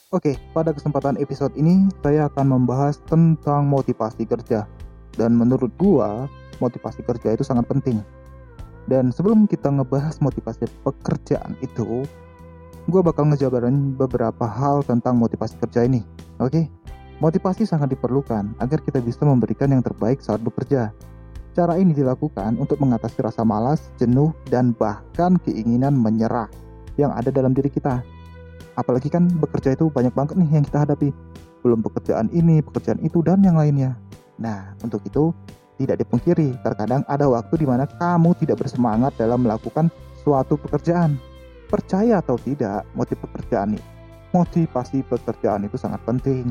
Oke, pada kesempatan episode ini saya akan membahas tentang motivasi kerja. Dan menurut gua, motivasi kerja itu sangat penting. Dan sebelum kita ngebahas motivasi pekerjaan itu, gua bakal ngejabarin beberapa hal tentang motivasi kerja ini. Oke? Motivasi sangat diperlukan agar kita bisa memberikan yang terbaik saat bekerja. Cara ini dilakukan untuk mengatasi rasa malas, jenuh, dan bahkan keinginan menyerah yang ada dalam diri kita. Apalagi kan bekerja itu banyak banget nih yang kita hadapi. Belum pekerjaan ini, pekerjaan itu, dan yang lainnya. Nah, untuk itu tidak dipungkiri, terkadang ada waktu di mana kamu tidak bersemangat dalam melakukan suatu pekerjaan. Percaya atau tidak, motivasi pekerjaan itu sangat penting.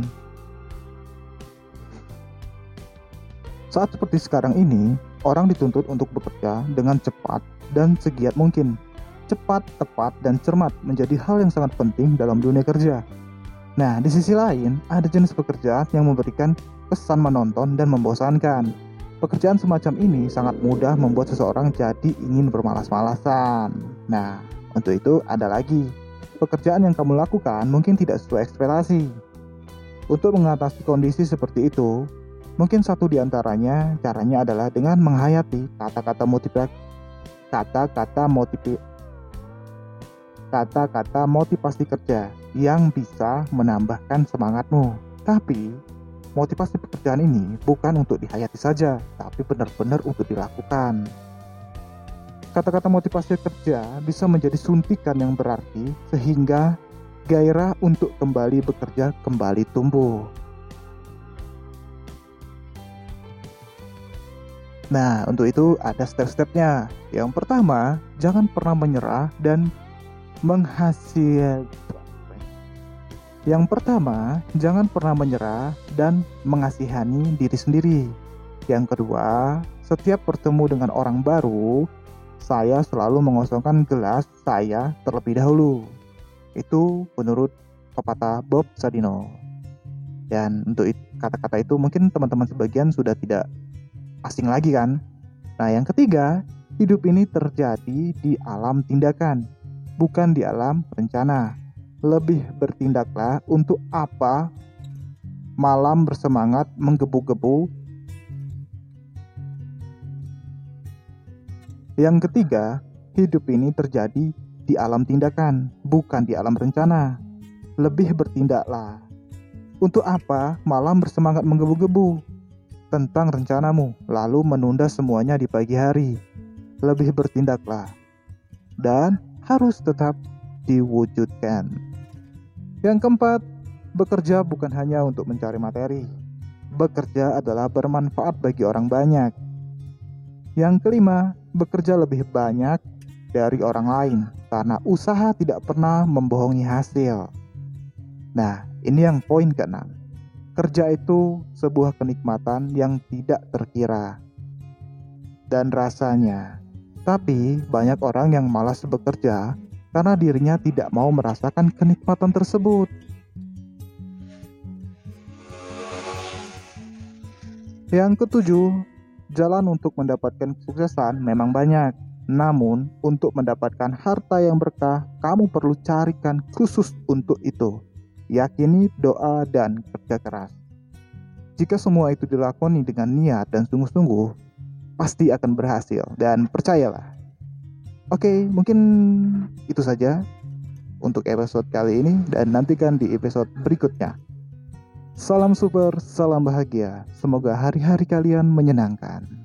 Saat seperti sekarang ini, orang dituntut untuk bekerja dengan cepat dan segiat mungkin. Cepat, tepat, dan cermat menjadi hal yang sangat penting dalam dunia kerja. Nah, di sisi lain, ada jenis pekerjaan yang memberikan kesan menonton dan membosankan. Pekerjaan semacam ini sangat mudah membuat seseorang jadi ingin bermalas-malasan. Nah, untuk itu ada lagi. Pekerjaan yang kamu lakukan mungkin tidak sesuai ekspektasi. Untuk mengatasi kondisi seperti itu, mungkin satu di antaranya caranya adalah dengan menghayati kata-kata motivasi kerja yang bisa menambahkan semangatmu. Tapi, motivasi pekerjaan ini bukan untuk dihayati saja, tapi benar-benar untuk dilakukan. Kata-kata motivasi kerja bisa menjadi suntikan yang berarti sehingga gairah untuk kembali bekerja kembali tumbuh. Nah, untuk itu ada step-stepnya. Yang pertama, jangan pernah menyerah dan mengasihani diri sendiri. Yang kedua, setiap bertemu dengan orang baru, saya selalu mengosongkan gelas saya terlebih dahulu. Itu menurut pepatah Bob Sadino. Dan untuk kata-kata itu mungkin teman-teman sebagian sudah tidak asing lagi kan? Nah, yang ketiga, hidup ini terjadi di alam tindakan, bukan di alam rencana. Lebih bertindaklah untuk apa malam bersemangat menggebu-gebu. Yang ketiga, hidup ini terjadi di alam tindakan, bukan di alam rencana. Lebih bertindaklah. Untuk apa malam bersemangat menggebu-gebu tentang rencanamu, lalu menunda semuanya di pagi hari. Lebih bertindaklah. Dan harus tetap diwujudkan. Yang keempat, bekerja bukan hanya untuk mencari materi. Bekerja adalah bermanfaat bagi orang banyak. Yang kelima, bekerja lebih banyak dari orang lain karena usaha tidak pernah membohongi hasil. Nah, ini yang poin keenam. Kerja itu sebuah kenikmatan yang tidak terkira dan rasanya. Tapi banyak orang yang malas bekerja karena dirinya tidak mau merasakan kenikmatan tersebut. Yang ketujuh, jalan untuk mendapatkan kesuksesan memang banyak. Namun, untuk mendapatkan harta yang berkah, kamu perlu carikan khusus untuk itu. Yakini, doa, dan kerja keras. Jika semua itu dilakoni dengan niat dan sungguh-sungguh, pasti akan berhasil. Dan percayalah. Oke, mungkin itu saja untuk episode kali ini. Dan nantikan di episode berikutnya. Salam super, salam bahagia. Semoga hari-hari kalian menyenangkan.